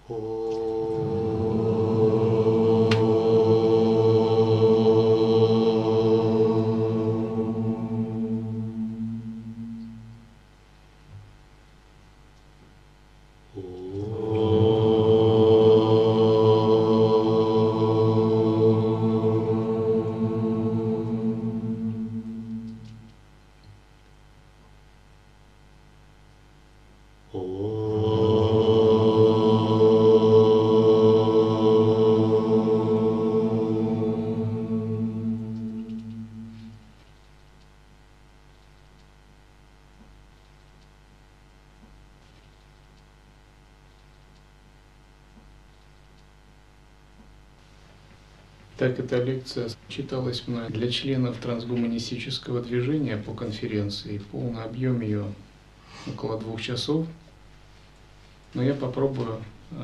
Так, эта лекция читалась мной для членов трансгуманистического движения по конференции. Полный объем ее около 2 часов. Но я попробую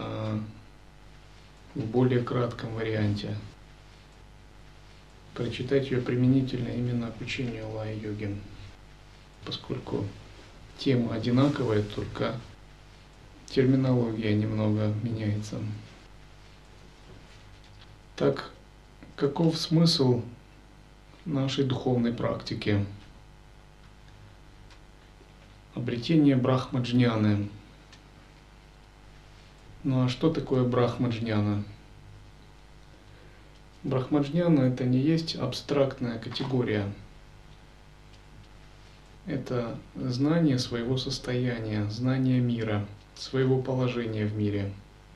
в более кратком варианте прочитать ее применительно именно к учению лая-йоги, поскольку тема одинаковая, только терминология немного меняется. Так, каков смысл нашей духовной практики? Обретение брахма-джняны. Ну а что такое брахма-джняна? Брахма-джняна — это не есть абстрактная категория. Это знание своего состояния, знание мира, своего положения в мире.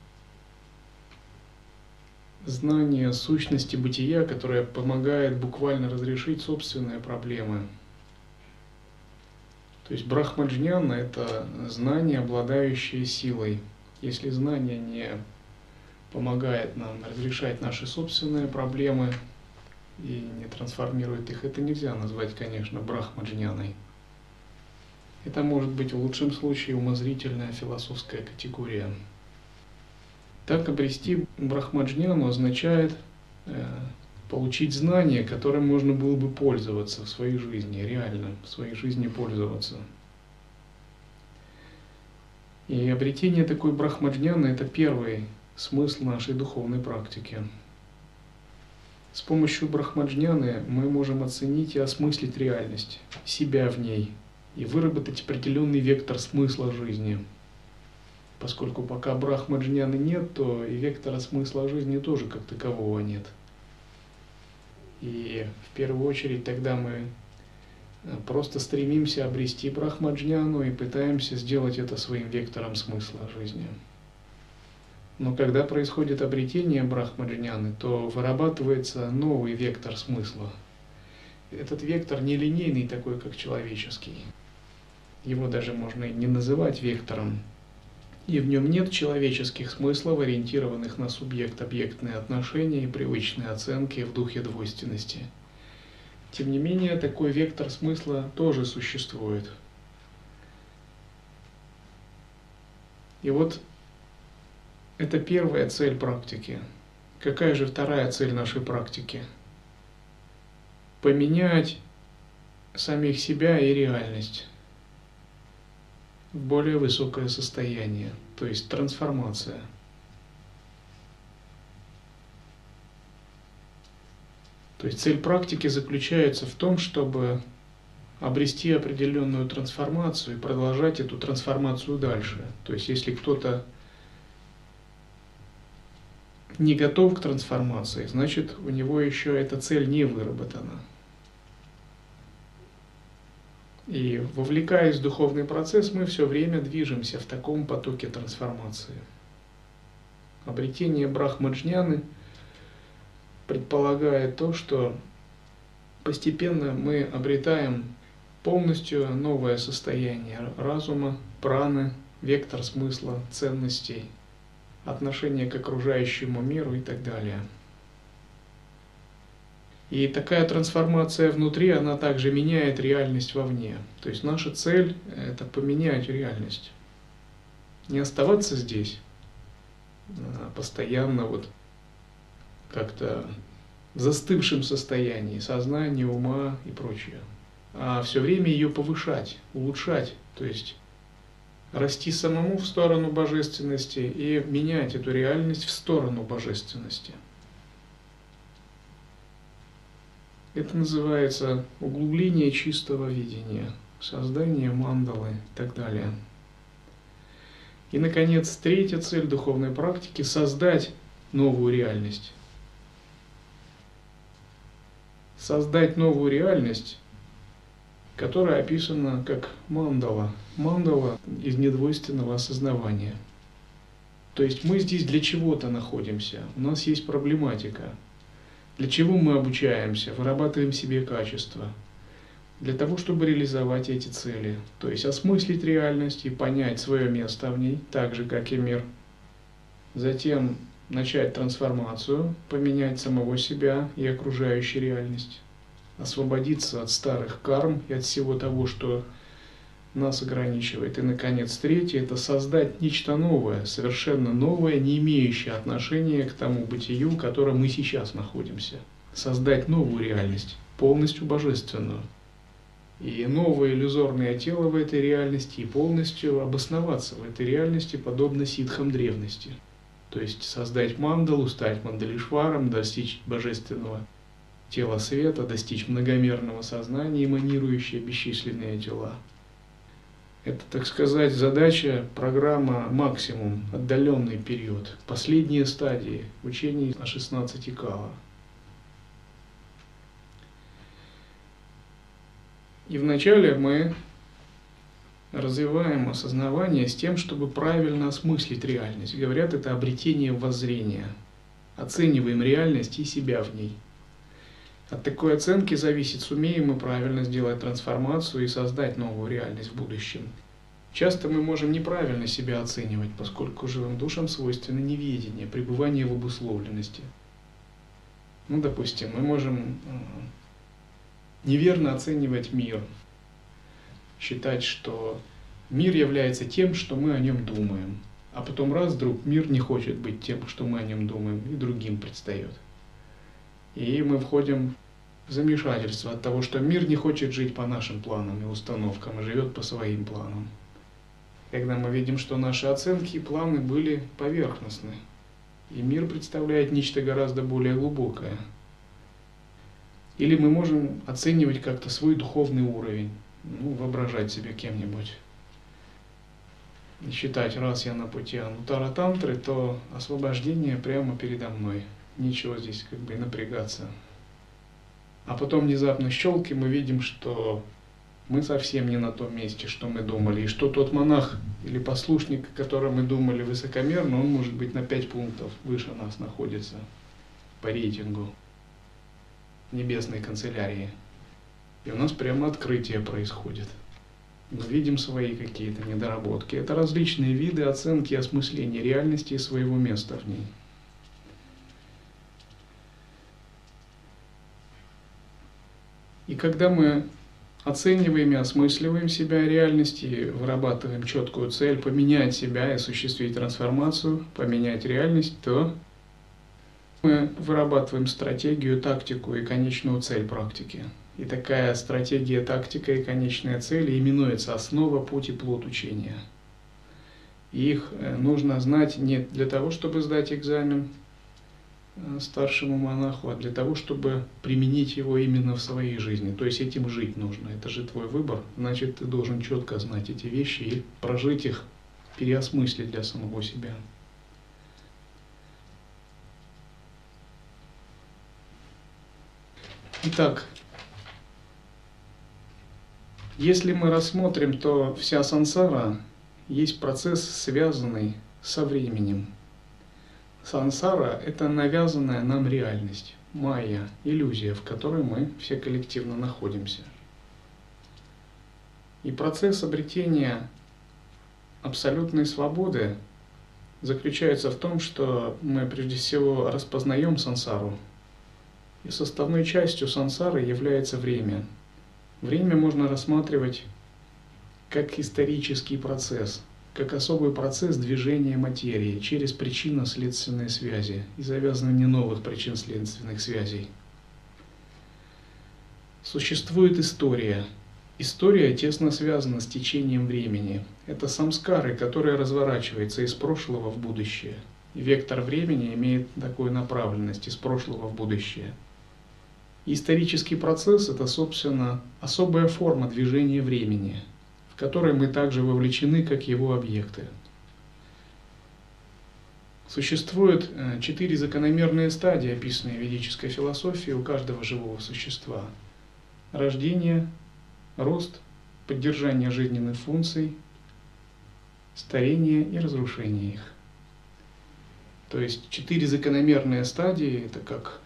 Знание сущности бытия, которое помогает буквально разрешить собственные проблемы. То есть брахма-джняна — это знание, обладающее силой. Если знание не помогает нам разрешать наши собственные проблемы и не трансформирует их, это нельзя назвать, конечно, брахма-джняной. Это может быть в лучшем случае умозрительная философская категория. Так, обрести брахма-джняну означает получить знание, которым можно было бы пользоваться в своей жизни, реально в своей жизни пользоваться. И обретение такой брахма-джняны — это первый смысл нашей духовной практики. С помощью брахма-джняны мы можем оценить и осмыслить реальность, себя в ней, и выработать определенный вектор смысла жизни. Поскольку пока брахма-джняны нет, то и вектора смысла жизни тоже как такового нет. И в первую очередь тогда мы просто стремимся обрести брахма-джняну и пытаемся сделать это своим вектором смысла жизни. Но когда происходит обретение брахма-джняны, то вырабатывается новый вектор смысла. Этот вектор нелинейный, такой как человеческий. Его даже можно и не называть вектором. И в нем нет человеческих смыслов, ориентированных на субъект-объектные отношения и привычные оценки в духе двойственности. Тем не менее, такой вектор смысла тоже существует. И вот это первая цель практики. Какая же вторая цель нашей практики? Поменять самих себя и реальность в более высокое состояние, то есть трансформация. То есть цель практики заключается в том, чтобы обрести определенную трансформацию и продолжать эту трансформацию дальше. То есть если кто-то не готов к трансформации, значит у него еще эта цель не выработана. И вовлекаясь в духовный процесс, мы все время движемся в таком потоке трансформации. Обретение брахма-джняны предполагает то, что постепенно мы обретаем полностью новое состояние разума, праны, вектор смысла, ценностей, отношение к окружающему миру и так далее. И такая трансформация внутри, она также меняет реальность вовне. То есть наша цель – это поменять реальность. Не оставаться здесь, постоянно вот как-то в застывшем состоянии сознания, ума и прочее, а все время ее повышать, улучшать, то есть расти самому в сторону божественности и менять эту реальность в сторону божественности. Это называется углубление чистого видения, создание мандалы и так далее. И, наконец, третья цель духовной практики – создать новую реальность. Создать новую реальность, которая описана как мандала. Мандала из недвойственного осознавания. То есть мы здесь для чего-то находимся, у нас есть проблематика. Для чего мы обучаемся, вырабатываем себе качества? Для того, чтобы реализовать эти цели. То есть осмыслить реальность и понять свое место в ней, так же, как и мир. Затем начать трансформацию, поменять самого себя и окружающую реальность. Освободиться от старых карм и от всего того, что нас ограничивает. И, наконец, третье – это создать нечто новое, совершенно новое, не имеющее отношения к тому бытию, в котором мы сейчас находимся. Создать новую реальность, полностью божественную. И новое иллюзорное тело в этой реальности, и полностью обосноваться в этой реальности, подобно ситхам древности. То есть создать мандалу, стать мандалишваром, достичь божественного тела света, достичь многомерного сознания, эманирующее бесчисленные тела. Это, так сказать, задача, программа максимум, отдаленный период, последние стадии учений о 16 кала. И вначале мы развиваем осознавание с тем, чтобы правильно осмыслить реальность. Говорят, это обретение воззрения. Оцениваем реальность и себя в ней. От такой оценки зависит, сумеем мы правильно сделать трансформацию и создать новую реальность в будущем. Часто мы можем неправильно себя оценивать, поскольку живым душам свойственно неведение, пребывание в обусловленности. Ну, допустим, мы можем неверно оценивать мир, считать, что мир является тем, что мы о нем думаем, а потом раз вдруг мир не хочет быть тем, что мы о нем думаем, и другим предстает. И мы входим в замешательство от того, что мир не хочет жить по нашим планам и установкам, а живет по своим планам. Когда мы видим, что наши оценки и планы были поверхностны, и мир представляет нечто гораздо более глубокое. Или мы можем оценивать как-то свой духовный уровень, воображать себя кем-нибудь. И считать, раз я на пути анутара-тантры, то освобождение прямо передо мной. Ничего здесь напрягаться. А потом внезапно щелк, и мы видим, что мы совсем не на том месте, что мы думали. И что тот монах или послушник, о котором мы думали высокомерно, он может быть на 5 пунктов выше нас находится по рейтингу небесной канцелярии. И у нас прямо открытие происходит. Мы видим свои какие-то недоработки. Это различные виды оценки и осмысления реальности и своего места в ней. И когда мы оцениваем и осмысливаем себя реальности, вырабатываем четкую цель поменять себя и осуществить трансформацию, поменять реальность, то мы вырабатываем стратегию, тактику и конечную цель практики. И такая стратегия, тактика и конечная цель именуется основа, путь и плод учения. И их нужно знать не для того, чтобы сдать экзамен старшему монаху, а для того, чтобы применить его именно в своей жизни. То есть этим жить нужно. Это же твой выбор. Значит, ты должен четко знать эти вещи и прожить их, переосмыслить для самого себя. Итак, если мы рассмотрим, то вся сансара есть процесс, связанный со временем. Сансара – это навязанная нам реальность, майя, иллюзия, в которой мы все коллективно находимся. И процесс обретения абсолютной свободы заключается в том, что мы прежде всего распознаем сансару. И составной частью сансары является время. Время можно рассматривать как исторический процесс, как особый процесс движения материи через причинно-следственные связи и завязывание новых причин-следственных связей. Существует история, История тесно связана с течением времени. Это самскары, которые разворачиваются из прошлого в будущее. И вектор времени имеет такую направленность из прошлого в будущее. Исторический процесс – это, собственно, особая форма движения времени, в которой мы также вовлечены, как его объекты. Существует 4 закономерные стадии, описанные в ведической философии у каждого живого существа. Рождение, рост, поддержание жизненных функций, старение и разрушение их. То есть 4 закономерные стадии – это как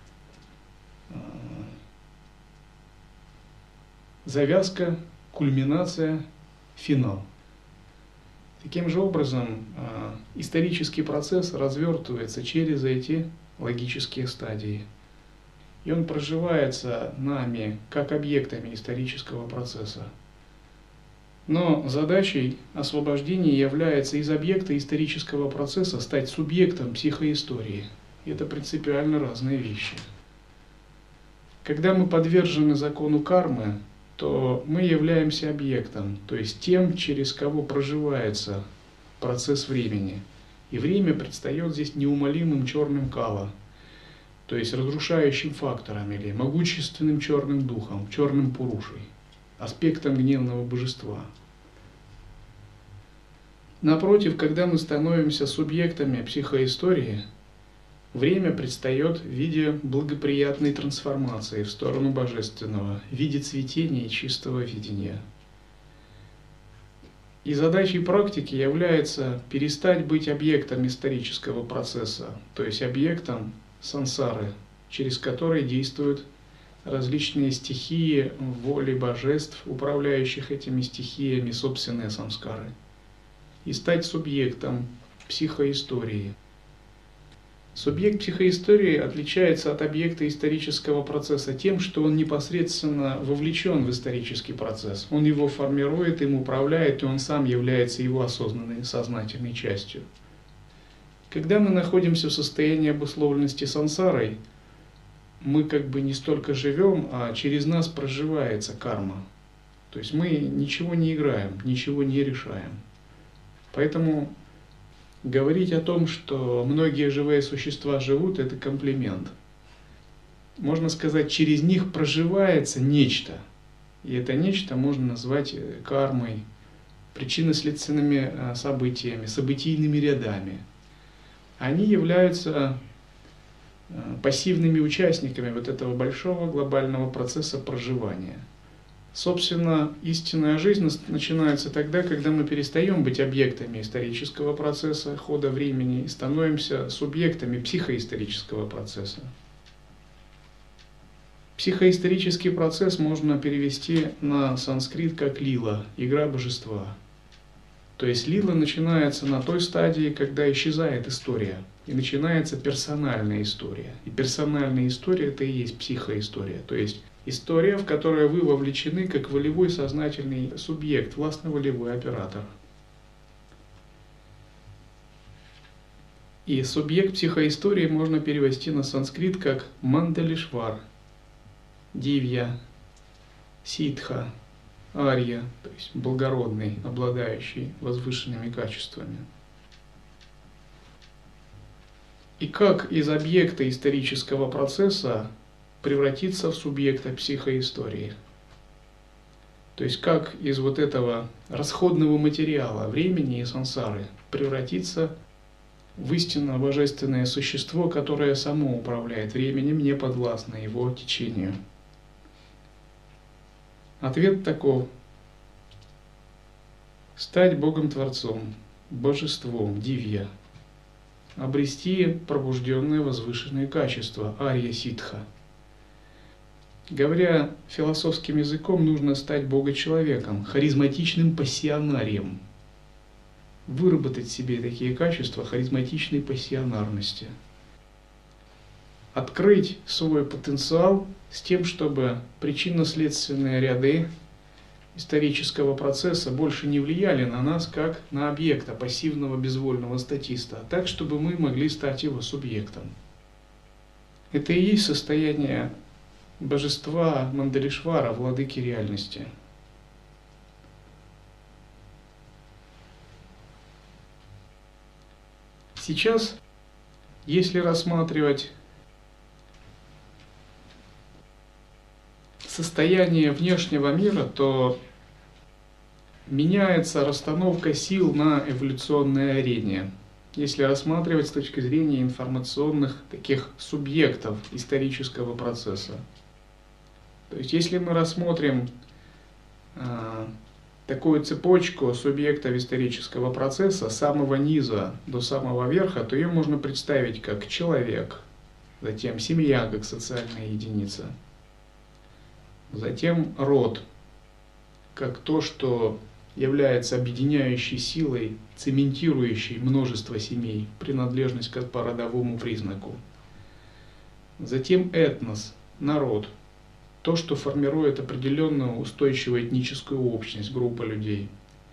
завязка, кульминация, финал. Таким же образом, исторический процесс развертывается через эти логические стадии. И он проживается нами как объектами исторического процесса. Но задачей освобождения является из объекта исторического процесса стать субъектом психоистории. И это принципиально разные вещи. Когда мы подвержены закону кармы, то мы являемся объектом, то есть тем, через кого проживается процесс времени. И время предстает здесь неумолимым черным кала, то есть разрушающим фактором или могущественным черным духом, черным пурушей, аспектом гневного божества. Напротив, когда мы становимся субъектами психоистории, время предстает в виде благоприятной трансформации в сторону божественного, в виде цветения и чистого видения. И задачей практики является перестать быть объектом исторического процесса, то есть объектом сансары, через который действуют различные стихии воли божеств, управляющих этими стихиями собственные самскары, и стать субъектом психоистории. Субъект психоистории отличается от объекта исторического процесса тем, что он непосредственно вовлечен в исторический процесс. Он его формирует, им управляет, и он сам является его осознанной, сознательной частью. Когда мы находимся в состоянии обусловленности сансарой, мы как бы не столько живем, а через нас проживается карма. То есть мы ничего не играем, ничего не решаем. Поэтому говорить о том, что многие живые существа живут, это комплимент. Можно сказать, через них проживается нечто. И это нечто можно назвать кармой, причинно-следственными событиями, событийными рядами. Они являются пассивными участниками вот этого большого глобального процесса проживания. Собственно, истинная жизнь начинается тогда, когда мы перестаем быть объектами исторического процесса, хода времени, и становимся субъектами психоисторического процесса. Психоисторический процесс можно перевести на санскрит как лила, игра божества. То есть лила начинается на той стадии, когда исчезает история, и начинается персональная история. И персональная история – это и есть психоистория, то есть история, в которой вы вовлечены как волевой сознательный субъект, властно-волевой оператор. И субъект психоистории можно перевести на санскрит как Мандалишвар, Дивья, Ситха, Арья, то есть благородный, обладающий возвышенными качествами. И как из объекта исторического процесса превратиться в субъекта психоистории. То есть как из вот этого расходного материала времени и сансары превратиться в истинно божественное существо, которое само управляет временем, не подвластно его течению. Ответ таков: стать Богом-творцом, божеством, дивья, обрести пробужденные возвышенные качества, арья-ситха. Говоря философским языком, нужно стать бога-человеком, харизматичным пассионарием. Выработать в себе такие качества харизматичной пассионарности. Открыть свой потенциал с тем, чтобы причинно-следственные ряды исторического процесса больше не влияли на нас, как на объекта пассивного безвольного статиста, а так, чтобы мы могли стать его субъектом. Это и есть состояние божества Мандалишвара, владыки реальности. Сейчас, если рассматривать состояние внешнего мира, то меняется расстановка сил на эволюционной арене. Если рассматривать с точки зрения информационных таких субъектов исторического процесса. То есть, если мы рассмотрим такую цепочку субъектов исторического процесса с самого низа до самого верха, то ее можно представить как человек, затем семья как социальная единица, затем род, как то, что является объединяющей силой, цементирующей множество семей, принадлежность по родовому признаку. Затем этнос, народ, то, что формирует определенную устойчивую этническую общность, группа людей.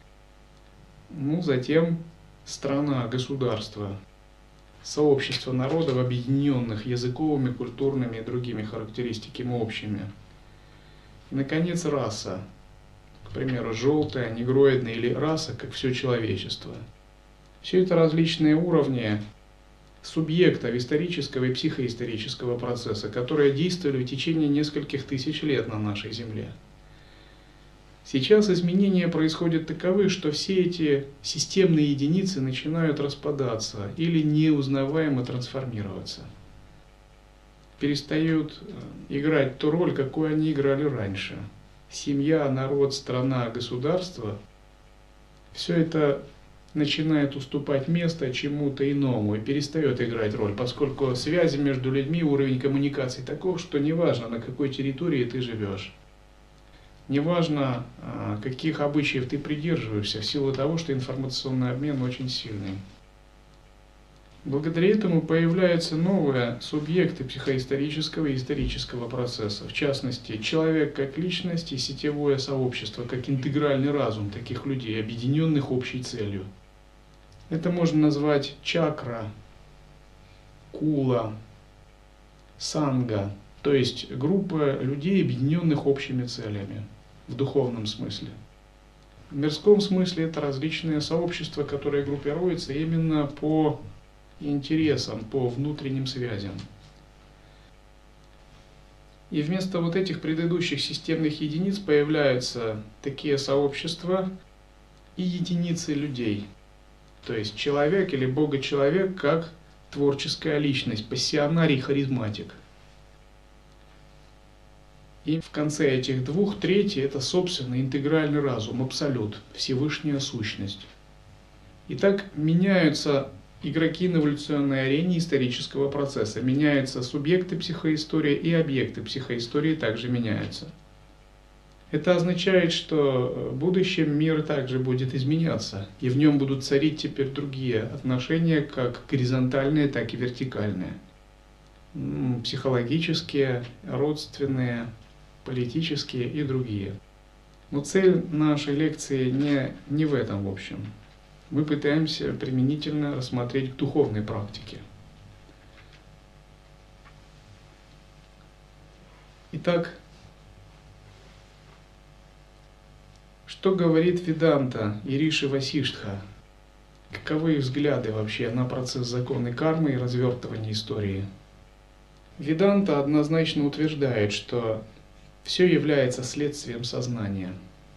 Затем страна, государство, сообщество народов, объединенных языковыми, культурными и другими характеристиками общими. И, наконец, раса. К примеру, желтая, негроидная или раса, как все человечество. Все это различные уровни субъектов исторического и психоисторического процесса, которые действовали в течение нескольких тысяч лет на нашей Земле. Сейчас изменения происходят таковы, что все эти системные единицы начинают распадаться или неузнаваемо трансформироваться. Перестают играть ту роль, какую они играли раньше. Семья, народ, страна, государство – все это начинает уступать место чему-то иному и перестает играть роль, поскольку связи между людьми, уровень коммуникации таков, что неважно, на какой территории ты живешь, неважно, каких обычаев ты придерживаешься, в силу того, что информационный обмен очень сильный. Благодаря этому появляются новые субъекты психоисторического и исторического процесса. В частности, человек как личность и сетевое сообщество как интегральный разум таких людей, объединенных общей целью. Это можно назвать чакра, кула, санга, то есть группа людей, объединенных общими целями в духовном смысле. В мирском смысле это различные сообщества, которые группируются именно по интересам, по внутренним связям. И вместо вот этих предыдущих системных единиц появляются такие сообщества и единицы людей. То есть человек или бога-человек как творческая личность, пассионарий, харизматик. И в конце этих двух третий – это, собственно, интегральный разум, абсолют, Всевышняя сущность. И так меняются игроки на эволюционной арене исторического процесса. Меняются субъекты психоистории и объекты психоистории также меняются. Это означает, что в будущем мир также будет изменяться, и в нем будут царить теперь другие отношения, как горизонтальные, так и вертикальные. Психологические, родственные, политические и другие. Но цель нашей лекции не в этом в общем. Мы пытаемся применительно рассмотреть духовной практике. Итак, что говорит Веданта и Риши Васиштха? Каковы взгляды вообще на процесс законной кармы и развертывания истории? Веданта однозначно утверждает, что все является следствием сознания.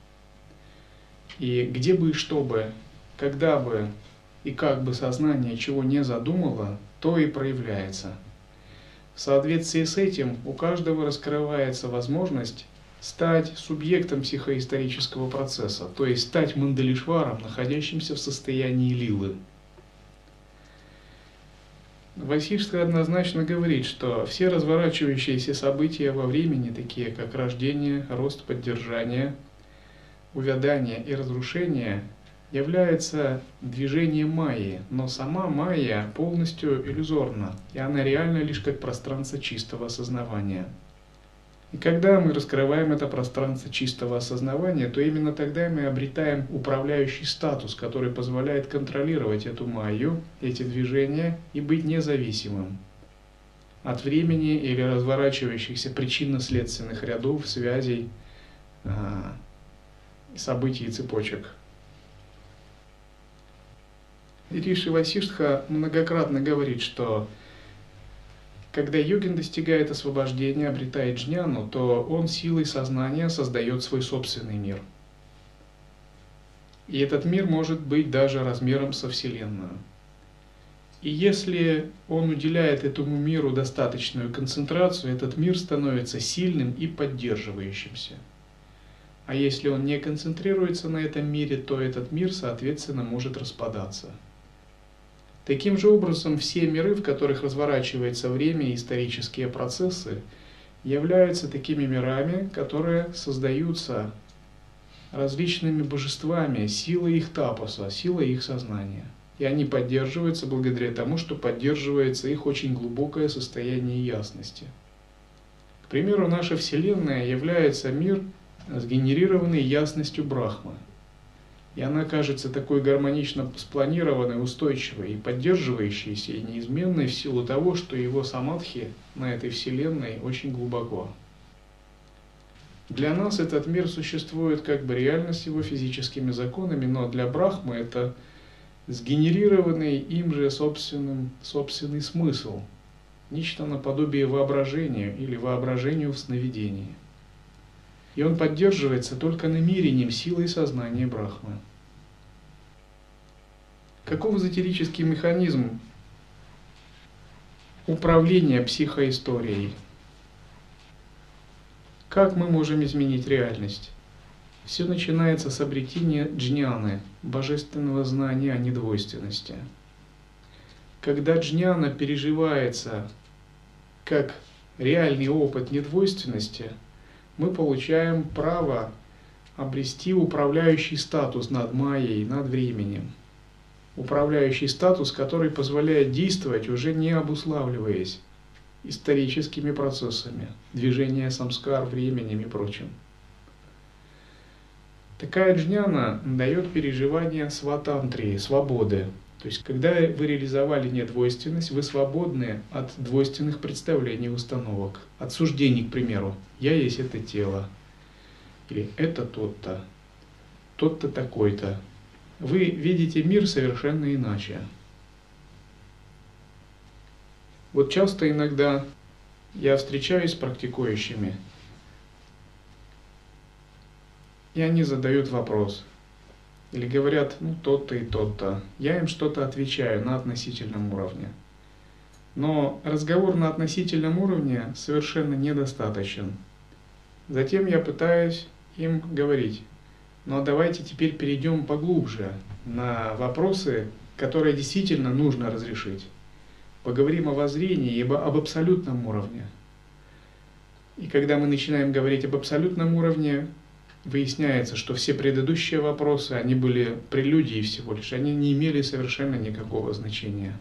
И где бы и что бы, когда бы и как бы сознание чего не задумало, то и проявляется. В соответствии с этим у каждого раскрывается возможность стать субъектом психоисторического процесса, то есть стать Мандалишваром, находящимся в состоянии лилы. Васиштха однозначно говорит, что все разворачивающиеся события во времени, такие как рождение, рост, поддержание, увядание и разрушение, являются движением майи, но сама майя полностью иллюзорна, и она реальна лишь как пространство чистого осознавания. И когда мы раскрываем это пространство чистого осознавания, то именно тогда мы обретаем управляющий статус, который позволяет контролировать эту майю, эти движения и быть независимым от времени или разворачивающихся причинно-следственных рядов, связей, событий и цепочек. Риши Васиштха многократно говорит, что когда йогин достигает освобождения, обретает джняну, то он силой сознания создает свой собственный мир. И этот мир может быть даже размером со Вселенную. И если он уделяет этому миру достаточную концентрацию, этот мир становится сильным и поддерживающимся. А если он не концентрируется на этом мире, то этот мир, соответственно, может распадаться. Таким же образом, все миры, в которых разворачивается время и исторические процессы, являются такими мирами, которые создаются различными божествами, силой их тапаса, силой их сознания. И они поддерживаются благодаря тому, что поддерживается их очень глубокое состояние ясности. К примеру, наша Вселенная является мир, сгенерированный ясностью Брахмы. И она кажется такой гармонично спланированной, устойчивой и поддерживающейся, и неизменной в силу того, что его самадхи на этой Вселенной очень глубоко. Для нас этот мир существует как бы реальность его физическими законами, но для Брахмы это сгенерированный им же собственный смысл, нечто наподобие воображению или воображению в сновидении. И он поддерживается только намерением, силой сознания Брахмы. Каков эзотерический механизм управления психоисторией? Как мы можем изменить реальность? Все начинается с обретения джняны, божественного знания о недвойственности. Когда джняна переживается как реальный опыт недвойственности, мы получаем право обрести управляющий статус над майей, над временем. Управляющий статус, который позволяет действовать, уже не обуславливаясь историческими процессами, движения самскар, временем и прочим. Такая джняна дает переживание сватантрии, свободы. То есть, когда вы реализовали недвойственность, вы свободны от двойственных представлений и установок. От суждений, к примеру. Я есть это тело. Или это тот-то. Тот-то такой-то. Вы видите мир совершенно иначе. Вот часто иногда я встречаюсь с практикующими, и они задают вопрос. Или говорят, тот-то и тот-то. Я им что-то отвечаю на относительном уровне. Но разговор на относительном уровне совершенно недостаточен. Затем я пытаюсь им говорить, а давайте теперь перейдем поглубже на вопросы, которые действительно нужно разрешить. Поговорим о воззрении и об абсолютном уровне. И когда мы начинаем говорить об абсолютном уровне, выясняется, что все предыдущие вопросы, они были прелюдией всего лишь, они не имели совершенно никакого значения.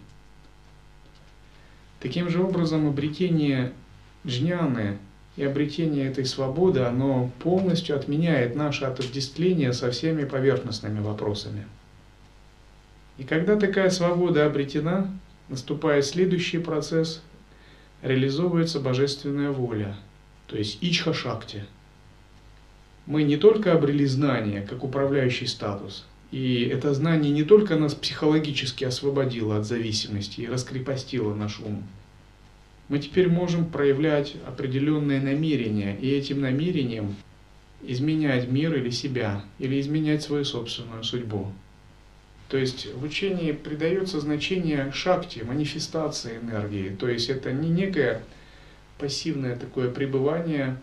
Таким же образом, обретение джняны и обретение этой свободы, оно полностью отменяет наше отождествление со всеми поверхностными вопросами. И когда такая свобода обретена, наступает следующий процесс, реализовывается божественная воля, то есть ичха-шакти. Мы не только обрели знание, как управляющий статус, и это знание не только нас психологически освободило от зависимости и раскрепостило наш ум. Мы теперь можем проявлять определенные намерения, и этим намерением изменять мир или себя, или изменять свою собственную судьбу. То есть в учении придается значение шакти, манифестации энергии. То есть это не некое пассивное такое пребывание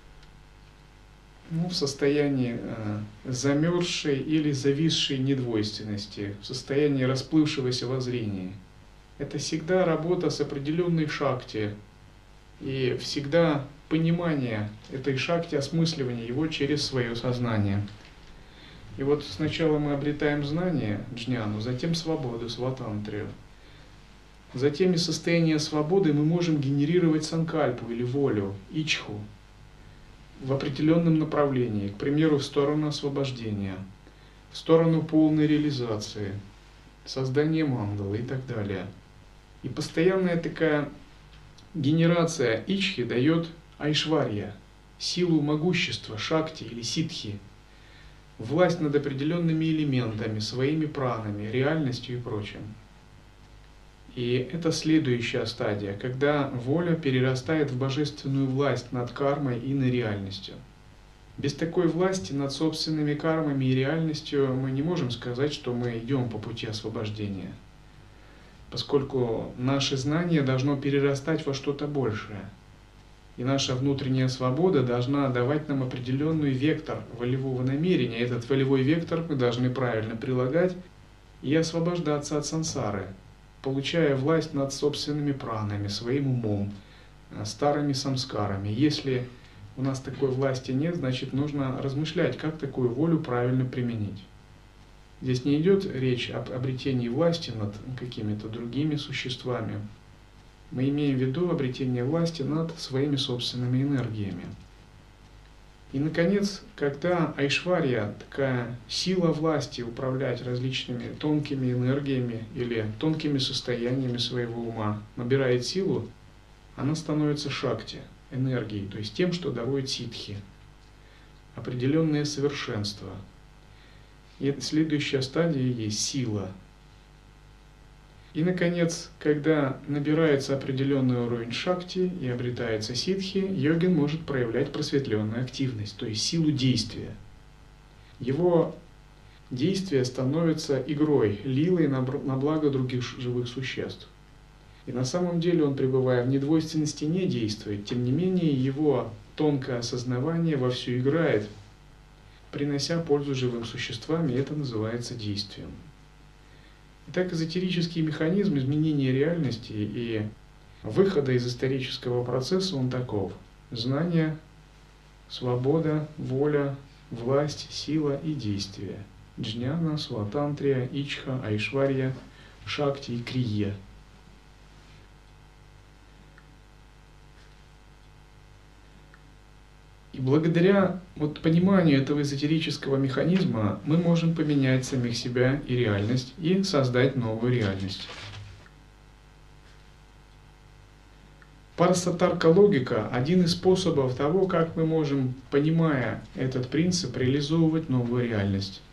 в состоянии замерзшей или зависшей недвойственности, в состоянии расплывшегося воззрения. Это всегда работа с определенной шакти и всегда понимание этой шакти, осмысливание его через свое сознание. И вот сначала мы обретаем знание, джняну, затем свободу, сватантрию. Затем из состояния свободы мы можем генерировать санкальпу или волю, ичху, в определенном направлении, к примеру, в сторону освобождения, в сторону полной реализации, создания мандалы и так далее. И постоянная такая генерация ичхи дает айшварья, силу могущества, шакти или ситхи. власть над определенными элементами, своими пранами, реальностью и прочим. И это следующая стадия, когда воля перерастает в божественную власть над кармой и над реальностью. Без такой власти над собственными кармами и реальностью мы не можем сказать, что мы идем по пути освобождения, поскольку наше знание должно перерастать во что-то большее. И наша внутренняя свобода должна давать нам определенный вектор волевого намерения. Этот волевой вектор мы должны правильно прилагать и освобождаться от сансары, получая власть над собственными пранами, своим умом, старыми самскарами. Если у нас такой власти нет, значит нужно размышлять, как такую волю правильно применить. Здесь не идет речь об обретении власти над какими-то другими существами. Мы имеем в виду обретение власти над своими собственными энергиями. И, наконец, когда айшварья, такая сила власти управлять различными тонкими энергиями или тонкими состояниями своего ума, набирает силу, она становится шакти, энергией, то есть тем, что дарует ситхи, определенное совершенство. И следующая стадия есть сила. И, наконец, когда набирается определенный уровень шакти и обретается ситхи, йогин может проявлять просветленную активность, то есть силу действия. Его действие становится игрой, лилой на благо других живых существ. И на самом деле он, пребывая в недвойственности, не действует. Тем не менее, его тонкое осознавание вовсю играет, принося пользу живым существам, и это называется действием. Итак, эзотерический механизм изменения реальности и выхода из исторического процесса он таков: знание, свобода, воля, власть, сила и действие. Джняна, сватантрия, ичха, айшварья, шакти и крия. И благодаря пониманию этого эзотерического механизма мы можем поменять самих себя и реальность, и создать новую реальность. Парасатарка логика – один из способов того, как мы можем, понимая этот принцип, реализовывать новую реальность.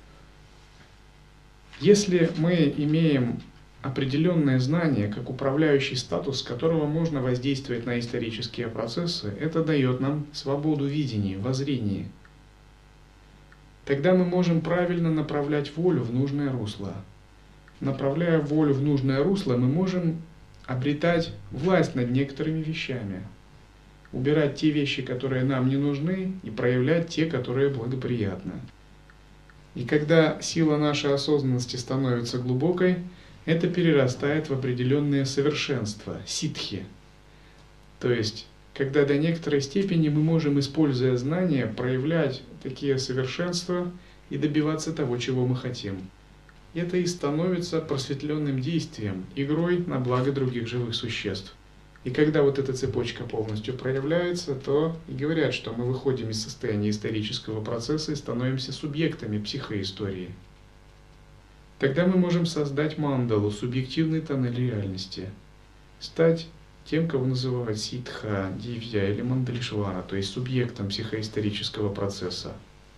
Если мы имеем определенное знание, как управляющий статус, с которого можно воздействовать на исторические процессы, это дает нам свободу видения, воззрения. Тогда мы можем правильно направлять волю в нужное русло. Направляя волю в нужное русло, мы можем обретать власть над некоторыми вещами, убирать те вещи, которые нам не нужны, и проявлять те, которые благоприятны. И когда сила нашей осознанности становится глубокой, это перерастает в определенное совершенство, ситхи. То есть, когда до некоторой степени мы можем, используя знания, проявлять такие совершенства и добиваться того, чего мы хотим. Это и становится просветленным действием, игрой на благо других живых существ. И когда эта цепочка полностью проявляется, то и говорят, что мы выходим из состояния исторического процесса и становимся субъектами психоистории. Тогда мы можем создать мандалу, субъективный тоннель реальности, стать тем, кого называют ситха, дивья или мандалишвара, то есть субъектом психоисторического процесса.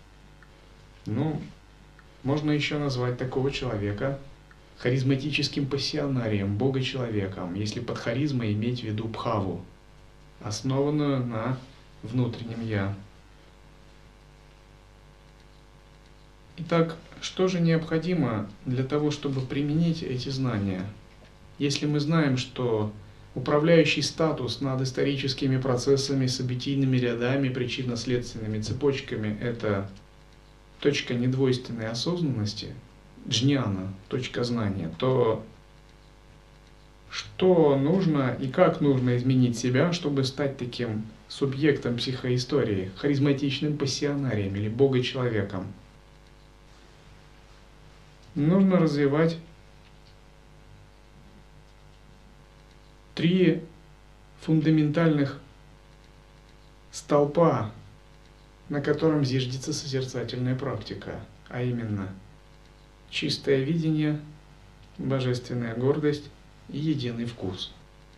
Можно еще назвать такого человека харизматическим пассионарием, бога-человеком, если под харизмой иметь в виду бхаву, основанную на внутреннем «я». Итак, что же необходимо для того, чтобы применить эти знания? Если мы знаем, что управляющий статус над историческими процессами, событийными рядами, причинно-следственными цепочками – это точка недвойственной осознанности, джняна, точка знания, то что нужно и как нужно изменить себя, чтобы стать таким субъектом психоистории, харизматичным пассионарием или бога-человеком? Нужно развивать 3 фундаментальных столпа, на котором зиждется созерцательная практика, а именно чистое видение, божественная гордость и единый вкус.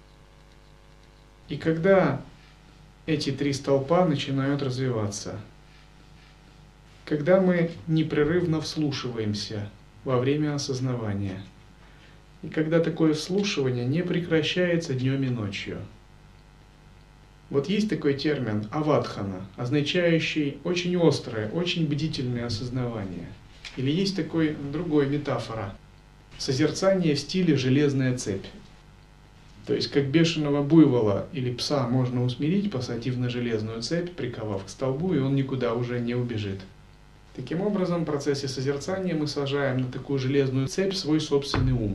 И когда эти 3 столпа начинают развиваться, когда мы непрерывно вслушиваемся во время осознавания. И когда такое вслушивание не прекращается днем и ночью. Вот есть такой термин «авадхана», означающий очень острое, очень бдительное осознавание. Или есть такой другой метафора – созерцание в стиле «железная цепь». То есть, как бешеного буйвола или пса можно усмирить, посадив на железную цепь, приковав к столбу, и он никуда уже не убежит. Таким образом, в процессе созерцания мы сажаем на такую железную цепь свой собственный ум.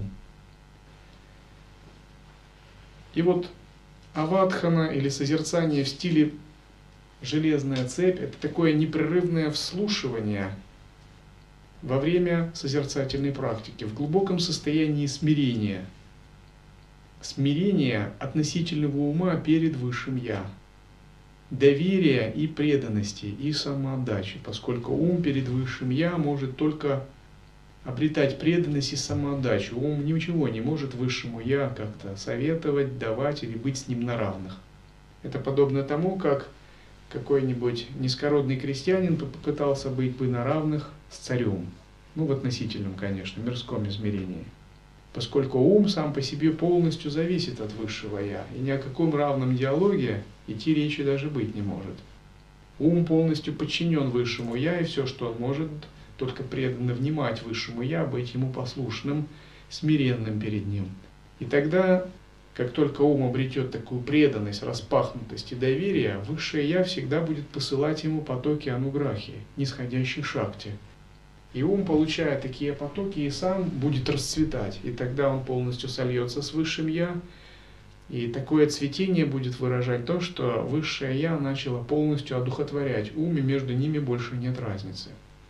И вот авадхана или созерцание в стиле «железная цепь» – это такое непрерывное вслушивание во время созерцательной практики, в глубоком состоянии смирения. Смирение относительного ума перед Высшим Я, доверия и преданности, и самоотдачи, поскольку ум перед Высшим Я может только обретать преданность и самоотдачу. Ум ничего не может Высшему Я как-то советовать, давать или быть с ним на равных. Это подобно тому, как какой-нибудь низкородный крестьянин попытался быть бы на равных с царем. В относительном, конечно, мирском измерении. Поскольку ум сам по себе полностью зависит от Высшего Я, и ни о каком равном диалоге идти речи даже быть не может. Ум полностью подчинен Высшему Я, и все, что он может, только преданно внимать Высшему Я, быть ему послушным, смиренным перед ним. И тогда, как только ум обретет такую преданность, распахнутость и доверие, Высшее Я всегда будет посылать ему потоки ануграхи, нисходящей шакти. И ум, получая такие потоки, и сам будет расцветать. И тогда он полностью сольется с Высшим Я. И такое цветение будет выражать то, что Высшее Я начало полностью одухотворять ум, и между ними больше нет разницы.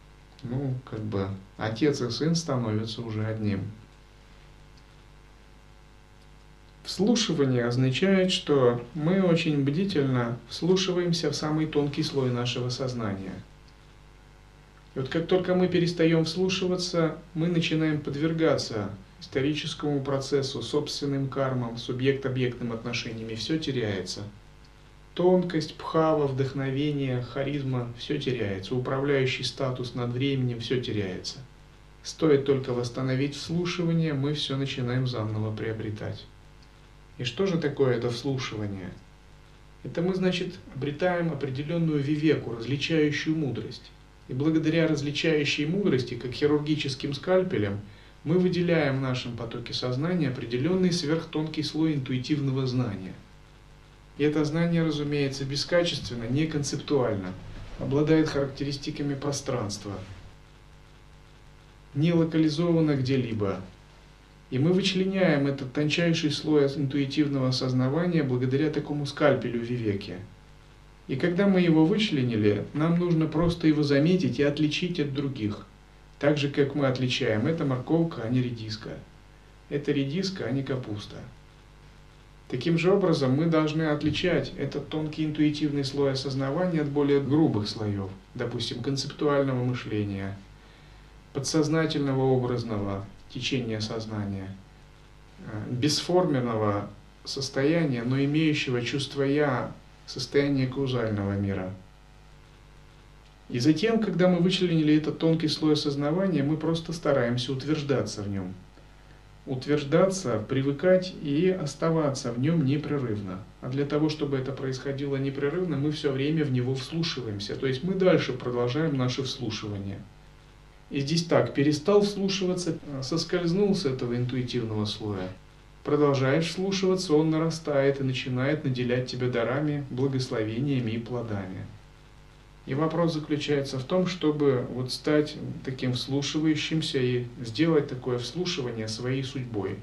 Отец и сын становятся уже одним. Вслушивание означает, что мы очень бдительно вслушиваемся в самый тонкий слой нашего сознания. И вот как только мы перестаем вслушиваться, мы начинаем подвергаться историческому процессу, собственным кармам, субъект-объектным отношениям, и все теряется. Тонкость, бхава, вдохновение, харизма – все теряется. Управляющий статус над временем – все теряется. Стоит только восстановить вслушивание, мы все начинаем заново приобретать. И что же такое это вслушивание? Это мы, обретаем определенную вивеку, различающую мудрость. И благодаря различающей мудрости, как хирургическим скальпелем, мы выделяем в нашем потоке сознания определенный сверхтонкий слой интуитивного знания. И это знание, разумеется, бескачественно, не концептуально, обладает характеристиками пространства, не локализовано где-либо. И мы вычленяем этот тончайший слой интуитивного сознания благодаря такому скальпелю вивеки. И когда мы его вычленили, нам нужно просто его заметить и отличить от других. Так же, как мы отличаем, это морковка, а не редиска. Это редиска, а не капуста. Таким же образом мы должны отличать этот тонкий интуитивный слой осознавания от более грубых слоев, допустим, концептуального мышления, подсознательного образного течения сознания, бесформенного состояния, но имеющего чувство «я», состояние каузального мира. И затем, когда мы вычленили этот тонкий слой осознавания, мы просто стараемся утверждаться в нем. Утверждаться, привыкать и оставаться в нем непрерывно. А для того, чтобы это происходило непрерывно, мы все время в него вслушиваемся. То есть мы дальше продолжаем наше вслушивание. И здесь так, перестал вслушиваться, соскользнул с этого интуитивного слоя. Продолжаешь вслушиваться, он нарастает и начинает наделять тебя дарами, благословениями и плодами. И вопрос заключается в том, чтобы стать таким вслушивающимся и сделать такое вслушивание своей судьбой.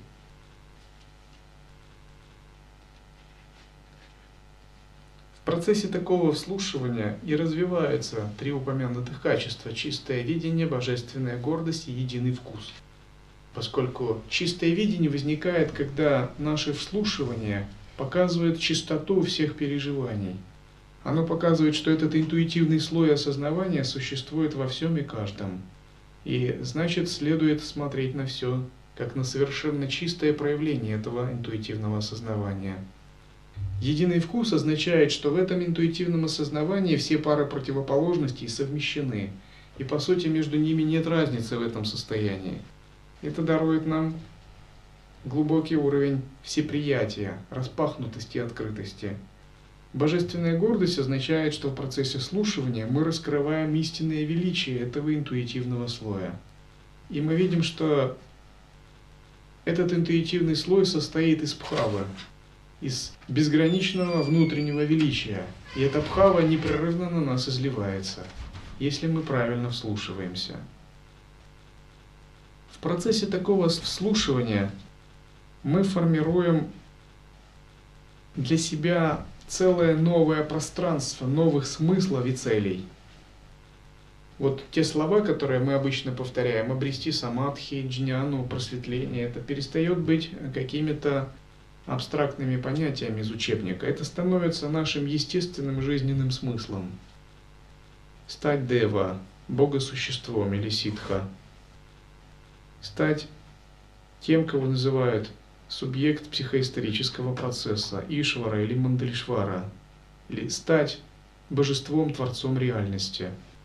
В процессе такого вслушивания и развиваются три упомянутых качества: чистое видение, божественная гордость и единый вкус. Поскольку чистое видение возникает, когда наше вслушивание показывает чистоту всех переживаний. Оно показывает, что этот интуитивный слой осознавания существует во всем и каждом. И значит, следует смотреть на все, как на совершенно чистое проявление этого интуитивного осознавания. Единый вкус означает, что в этом интуитивном осознавании все пары противоположностей совмещены. И по сути между ними нет разницы в этом состоянии. Это дарует нам глубокий уровень всеприятия, распахнутости и открытости. Божественная гордость означает, что в процессе слушания мы раскрываем истинное величие этого интуитивного слоя. И мы видим, что этот интуитивный слой состоит из бхавы, из безграничного внутреннего величия. И эта бхава непрерывно на нас изливается, если мы правильно вслушиваемся. В процессе такого вслушивания мы формируем для себя целое новое пространство новых смыслов и целей. Вот те слова, которые мы обычно повторяем, обрести самадхи, джняну, просветление, это перестает быть какими-то абстрактными понятиями из учебника. Это становится нашим естественным жизненным смыслом. Стать дева, богосуществом или ситха. Стать тем, кого называют субъект психоисторического процесса, Ишвара или Мандалишвара, или стать божеством, творцом реальности.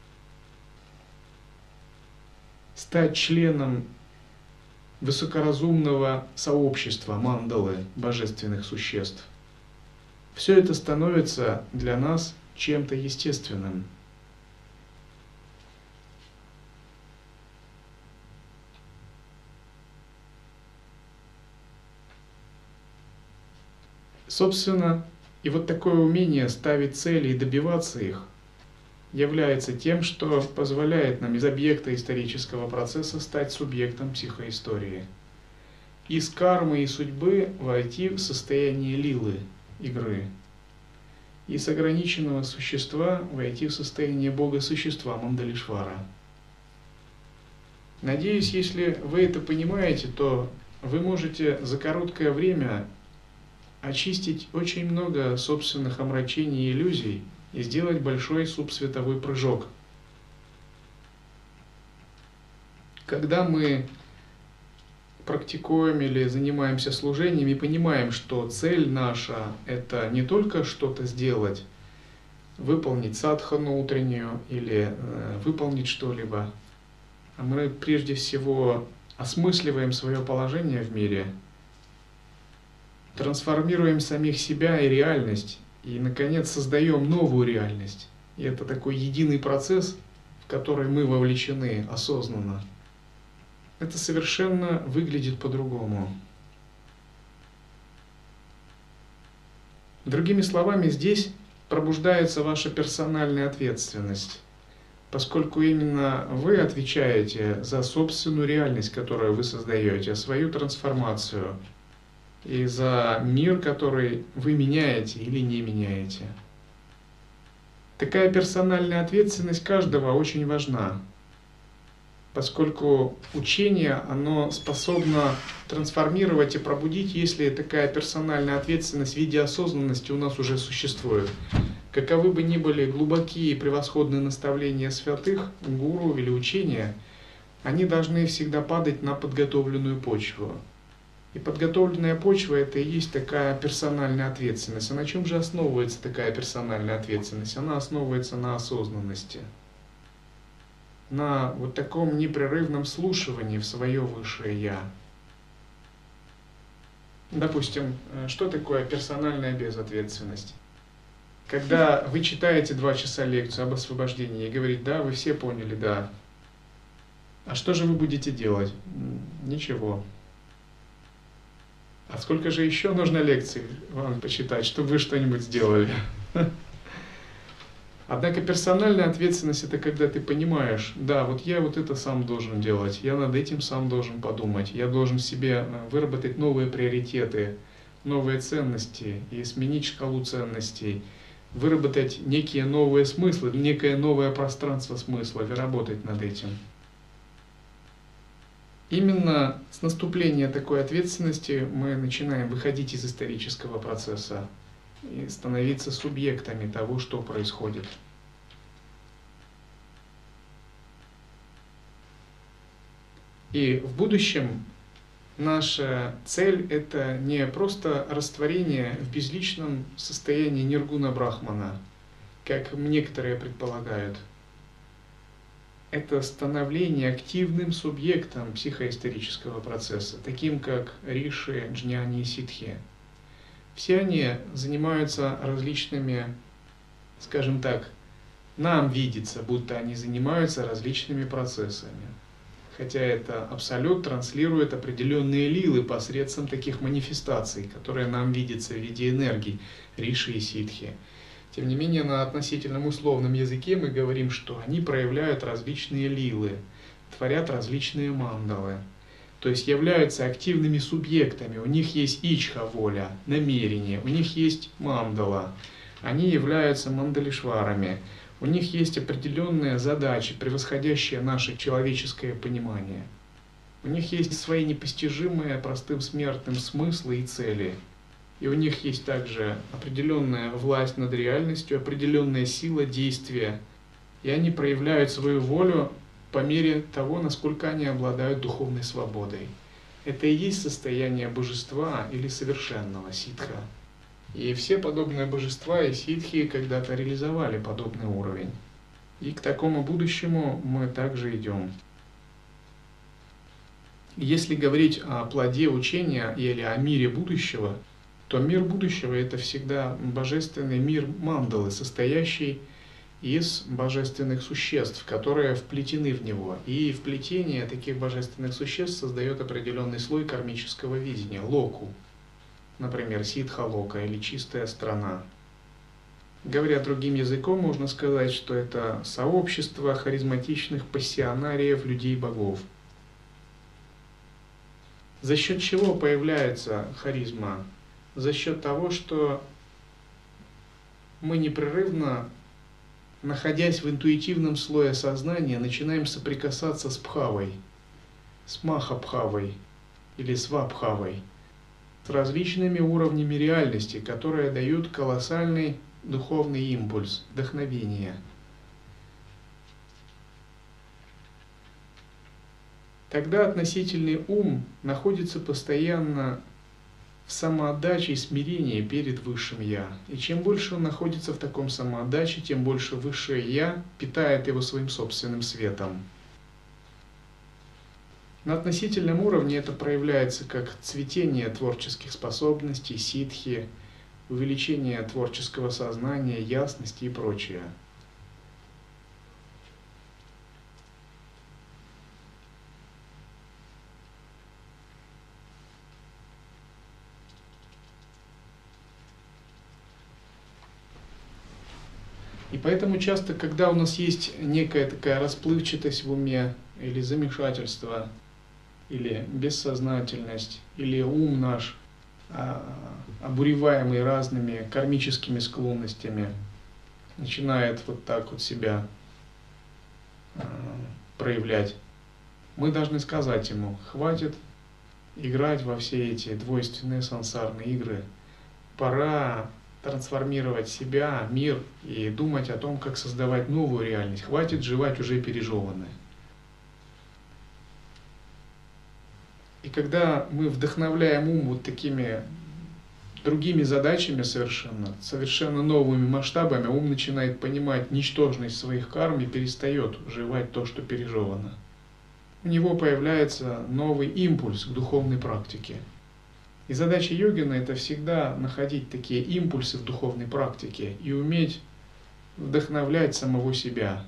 Стать членом высокоразумного сообщества мандалы, божественных существ. Все это становится для нас чем-то естественным. Собственно, и вот такое умение ставить цели и добиваться их является тем, что позволяет нам из объекта исторического процесса стать субъектом психоистории. Из кармы и судьбы войти в состояние лилы, игры. Из ограниченного существа войти в состояние бога-существа Мандалишвара. Надеюсь, если вы это понимаете, то вы можете за короткое время очистить очень много собственных омрачений и иллюзий и сделать большой субсветовой прыжок. Когда мы практикуем или занимаемся служением и понимаем, что цель наша – это не только что-то сделать, выполнить садхану утреннюю или выполнить что-либо, а мы прежде всего осмысливаем свое положение в мире, трансформируем самих себя и реальность, и, наконец, создаем новую реальность. И это такой единый процесс, в который мы вовлечены осознанно. Это совершенно выглядит по-другому. Другими словами, здесь пробуждается ваша персональная ответственность, поскольку именно вы отвечаете за собственную реальность, которую вы создаете, свою трансформацию, и за мир, который вы меняете или не меняете. Такая персональная ответственность каждого очень важна, поскольку учение, оно способно трансформировать и пробудить, если такая персональная ответственность в виде осознанности у нас уже существует. Каковы бы ни были глубокие и превосходные наставления святых, гуру или учения, они должны всегда падать на подготовленную почву. И подготовленная почва – это и есть такая персональная ответственность. А на чем же основывается такая персональная ответственность? Она основывается на осознанности, на вот таком непрерывном слушании в свое высшее «Я». Допустим, что такое персональная безответственность? Когда вы читаете 2 часа лекцию об освобождении и говорите: да, вы все поняли, да. А что же вы будете делать? Ничего. А сколько же еще нужно лекций вам почитать, чтобы вы что-нибудь сделали? Однако персональная ответственность – это когда ты понимаешь: да, вот я вот это сам должен делать, я над этим сам должен подумать, я должен себе выработать новые приоритеты, новые ценности и сменить шкалу ценностей, выработать некие новые смыслы, некое новое пространство смыслов и работать над этим. Именно с наступления такой ответственности мы начинаем выходить из исторического процесса и становиться субъектами того, что происходит. И в будущем наша цель – это не просто растворение в безличном состоянии ниргуна брахмана, как некоторые предполагают. это становление активным субъектом психоисторического процесса, таким как риши, джняни и ситхи. Все они занимаются различными, скажем так, нам видится, будто они занимаются различными процессами. Хотя это абсолют транслирует определенные лилы посредством таких манифестаций, которые нам видятся в виде энергий, риши и ситхи. Тем не менее, на относительном условном языке мы говорим, что они проявляют различные лилы, творят различные мандалы, то есть являются активными субъектами, у них есть ичха воля, намерение, у них есть мандала, они являются мандалишварами, у них есть определенные задачи, превосходящие наше человеческое понимание. У них есть свои непостижимые простым смертным смыслы и цели. И у них есть также определенная власть над реальностью, определенная сила действия. И они проявляют свою волю по мере того, насколько они обладают духовной свободой. Это и есть состояние божества или совершенного ситха. И все подобные божества и ситхи когда-то реализовали подобный уровень. И к такому будущему мы также идем. Если говорить о плоде учения или о мире будущего, то мир будущего — это всегда божественный мир мандалы, состоящий из божественных существ, которые вплетены в него. И вплетение таких божественных существ создает определенный слой кармического видения, локу. Например, ситха-лока или чистая страна. Говоря другим языком, можно сказать, что это сообщество харизматичных пассионариев людей-богов. За счет чего появляется харизма? За счет того, что мы непрерывно, находясь в интуитивном слое сознания, начинаем соприкасаться с бхавой, с маха-бхавой или свабхавой, с различными уровнями реальности, которые дают колоссальный духовный импульс, вдохновение. Тогда относительный ум находится постоянно в самоотдаче и смирении перед Высшим Я. И чем больше он находится в таком самоотдаче, тем больше Высшее Я питает его своим собственным светом. На относительном уровне это проявляется как цветение творческих способностей, ситхи, увеличение творческого сознания, ясности и прочее. И поэтому часто, когда у нас есть некая такая расплывчатость в уме, или замешательство, или бессознательность, или ум наш, обуреваемый разными кармическими склонностями, начинает вот так вот себя проявлять, мы должны сказать ему: хватит играть во все эти двойственные сансарные игры, пора трансформировать себя, мир и думать о том, как создавать новую реальность. Хватит жевать уже пережеванное. И когда мы вдохновляем ум вот такими другими задачами совершенно новыми масштабами, ум начинает понимать ничтожность своих карм и перестает жевать то, что пережевано. У него появляется новый импульс к духовной практике. И задача йогина — это всегда находить такие импульсы в духовной практике и уметь вдохновлять самого себя.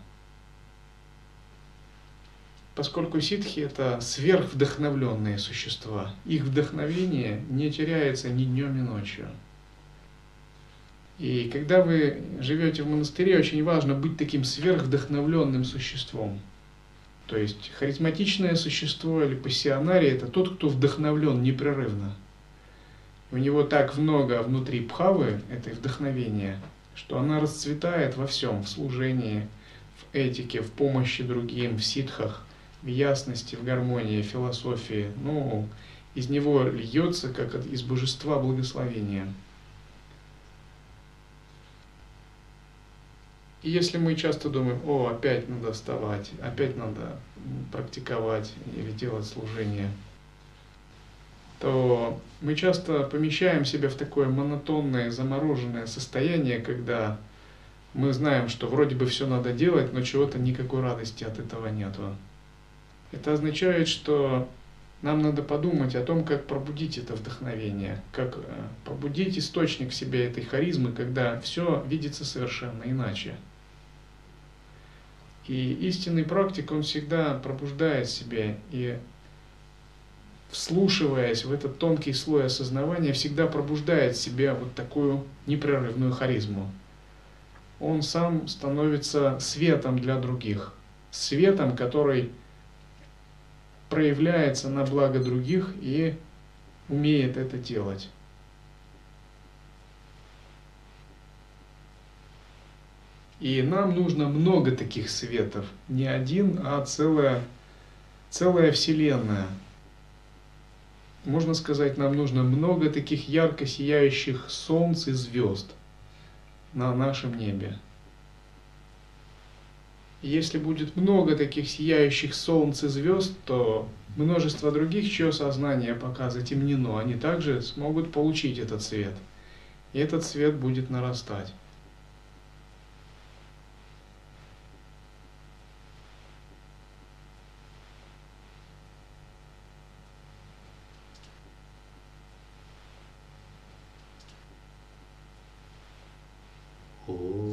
Поскольку ситхи — это сверхвдохновленные существа, их вдохновение не теряется ни днем, ни ночью. И когда вы живете в монастыре, очень важно быть таким сверхвдохновленным существом. То есть харизматичное существо или пассионарий — это тот, кто вдохновлен непрерывно. У него так много внутри бхавы, этой вдохновения, что она расцветает во всем: в служении, в этике, в помощи другим, в ситхах, в ясности, в гармонии, в философии. Из него льется, как из божества, благословения. И если мы часто думаем: опять надо вставать, опять надо практиковать или делать служение, то мы часто помещаем себя в такое монотонное, замороженное состояние, когда Мы знаем, что вроде бы все надо делать, но чего-то никакой радости от этого нету. Это означает, что нам надо подумать о том, как пробудить это вдохновение, как пробудить источник в себе этой харизмы, когда все видится совершенно иначе. И истинный практик, он всегда пробуждает себя и, вслушиваясь в этот тонкий слой осознавания, всегда пробуждает в себе вот такую непрерывную харизму. Он сам становится светом для других, светом, который проявляется на благо других и умеет это делать. И нам нужно много таких светов, не один, а целая вселенная. Можно сказать, нам нужно много таких ярко сияющих солнц и звезд на нашем небе. Если будет много таких сияющих солнц и звезд, то множество других, чье сознание пока затемнено, они также смогут получить этот свет. И этот свет будет нарастать. О.